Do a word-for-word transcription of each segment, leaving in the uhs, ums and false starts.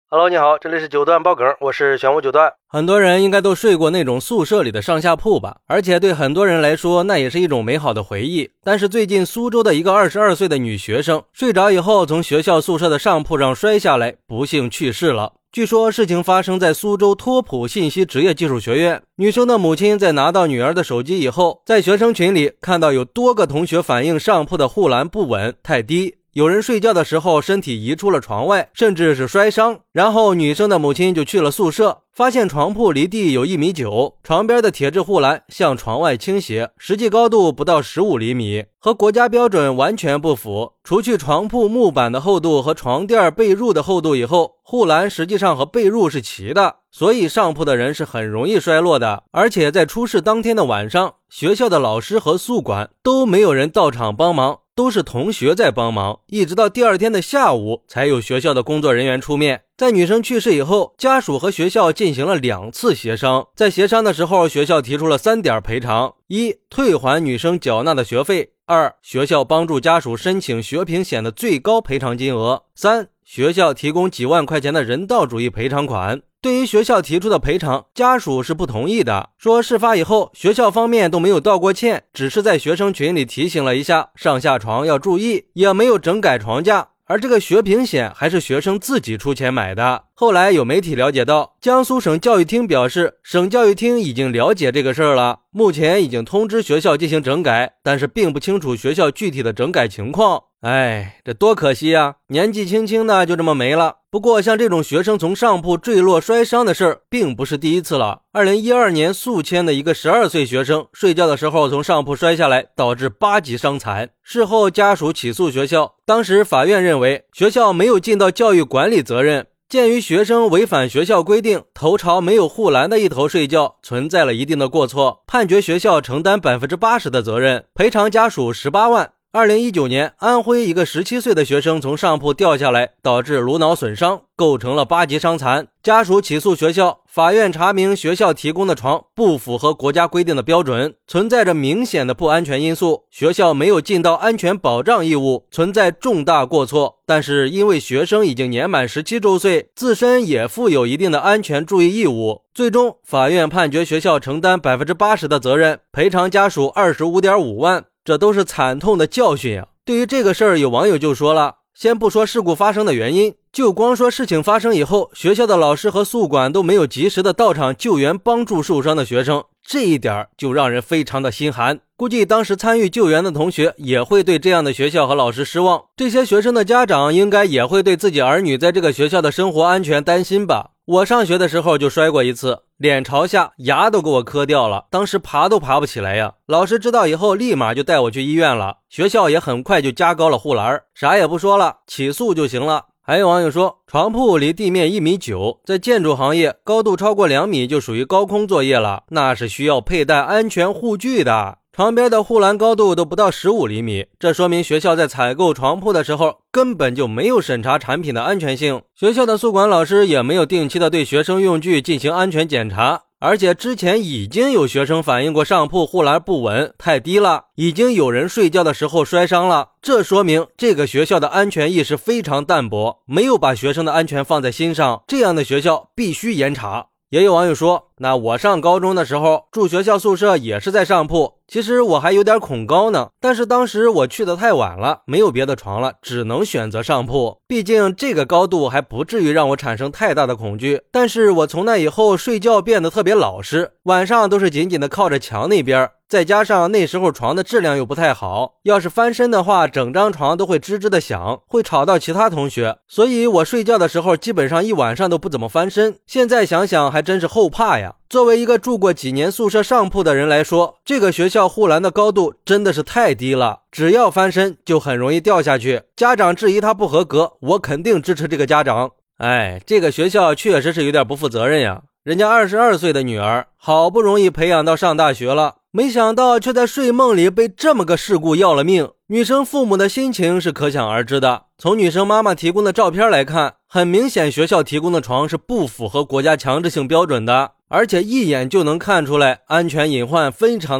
Hello， 你好，这里是九段爆梗，我是玄武九段。 很多人应该都睡过那种宿舍里的上下铺吧，而且对很多人来说，那也是一种美好的回忆。但是最近苏州的一个二十二岁的女学生睡着以后，从学校宿舍的上铺上摔下来，不幸去世了。据说事情发生在苏州托普信息职业技术学院。女生的母亲在拿到女儿的手机以后，在学生群里看到有多个同学反映上铺的护栏不稳太低，有人睡觉的时候身体移出了床外，甚至是摔伤。然后女生的母亲就去了宿舍，发现床铺离地有一米九，床边的铁质护栏向床外倾斜，实际高度不到十五厘米，和国家标准完全不符。除去床铺木板的厚度和床垫被褥的厚度以后，护栏实际上和被褥是齐的，所以上铺的人是很容易摔落的。而且在出事当天的晚上，学校的老师和宿管都没有人到场帮忙，都是同学在帮忙，一直到第二天的下午才有学校的工作人员出面。在女生去世以后，家属和学校进行了两次协商，在协商的时候，学校提出了三点赔偿：一、退还女生缴纳的学费；二、学校帮助家属申请学平险的最高赔偿金额；三、学校提供几万块钱的人道主义赔偿款。对于学校提出的赔偿，家属是不同意的，说事发以后学校方面都没有道过歉，只是在学生群里提醒了一下上下床要注意，也没有整改床架。而这个学平险还是学生自己出钱买的。后来有媒体了解到，江苏省教育厅表示，省教育厅已经了解这个事儿了，目前已经通知学校进行整改，但是并不清楚学校具体的整改情况。哎，这多可惜啊，年纪轻轻的就这么没了。不过像这种学生从上铺坠落摔伤的事儿并不是第一次了。二零一二年宿迁的一个十二岁学生睡觉的时候从上铺摔下来，导致八级伤残。事后家属起诉学校，当时法院认为学校没有尽到教育管理责任，鉴于学生违反学校规定头朝没有护栏的一头睡觉，存在了一定的过错，判决学校承担 百分之八十 的责任，赔偿家属十八万。二零一九年，安徽一个十七岁的学生从上铺掉下来，导致颅脑损伤，构成了八级伤残。家属起诉学校，法院查明学校提供的床不符合国家规定的标准，存在着明显的不安全因素，学校没有尽到安全保障义务，存在重大过错。但是因为学生已经年满十七周岁，自身也负有一定的安全注意义务，最终法院判决学校承担 百分之八十 的责任，赔偿家属 二十五点五万。这都是惨痛的教训啊！对于这个事儿，有网友就说了，先不说事故发生的原因，就光说事情发生以后，学校的老师和宿管都没有及时的到场救援帮助受伤的学生，这一点就让人非常的心寒。估计当时参与救援的同学也会对这样的学校和老师失望，这些学生的家长应该也会对自己儿女在这个学校的生活安全担心吧。我上学的时候就摔过一次，脸朝下，牙都给我磕掉了，当时爬都爬不起来呀。老师知道以后立马就带我去医院了，学校也很快就加高了护栏，啥也不说了，起诉就行了。还有网友说，床铺离地面一米九，在建筑行业高度超过两米就属于高空作业了，那是需要佩戴安全护具的。床边的护栏高度都不到十五厘米，这说明学校在采购床铺的时候根本就没有审查产品的安全性，学校的宿管老师也没有定期的对学生用具进行安全检查，而且之前已经有学生反映过上铺护栏不稳太低了，已经有人睡觉的时候摔伤了，这说明这个学校的安全意识非常淡薄，没有把学生的安全放在心上，这样的学校必须严查。也有网友说，那我上高中的时候住学校宿舍也是在上铺，其实我还有点恐高呢，但是当时我去的太晚了，没有别的床了，只能选择上铺，毕竟这个高度还不至于让我产生太大的恐惧。但是我从那以后睡觉变得特别老实，晚上都是紧紧的靠着墙那边，再加上那时候床的质量又不太好，要是翻身的话，整张床都会吱吱的响，会吵到其他同学，所以我睡觉的时候基本上一晚上都不怎么翻身。现在想想还真是后怕呀。作为一个住过几年宿舍上铺的人来说，这个学校护栏的高度真的是太低了，只要翻身就很容易掉下去。家长质疑他不合格，我肯定支持这个家长。哎，这个学校确实是有点不负责任呀。人家二十二岁的女儿好不容易培养到上大学了，没想到却在睡梦里被这么个事故要了命。女生父母的心情是可想而知的。从女生妈妈提供的照片来看，很明显学校提供的床是不符合国家强制性标准的，而且一眼就能看出来安全隐患非常的大。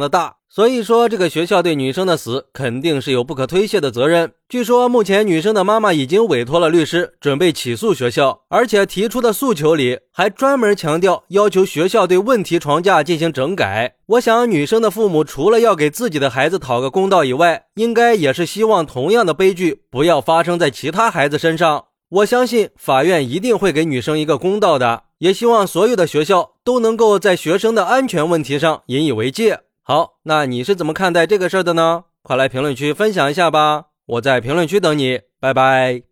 所以说这个学校对女生的死肯定是有不可推卸的责任。据说目前女生的妈妈已经委托了律师准备起诉学校，而且提出的诉求里还专门强调要求学校对问题床架进行整改。我想女生的父母除了要给自己的孩子讨个公道以外，应该也是希望同样的悲剧不要发生在其他孩子身上。我相信法院一定会给女生一个公道的，也希望所有的学校都能够在学生的安全问题上引以为戒。好，那你是怎么看待这个事儿的呢？快来评论区分享一下吧，我在评论区等你，拜拜。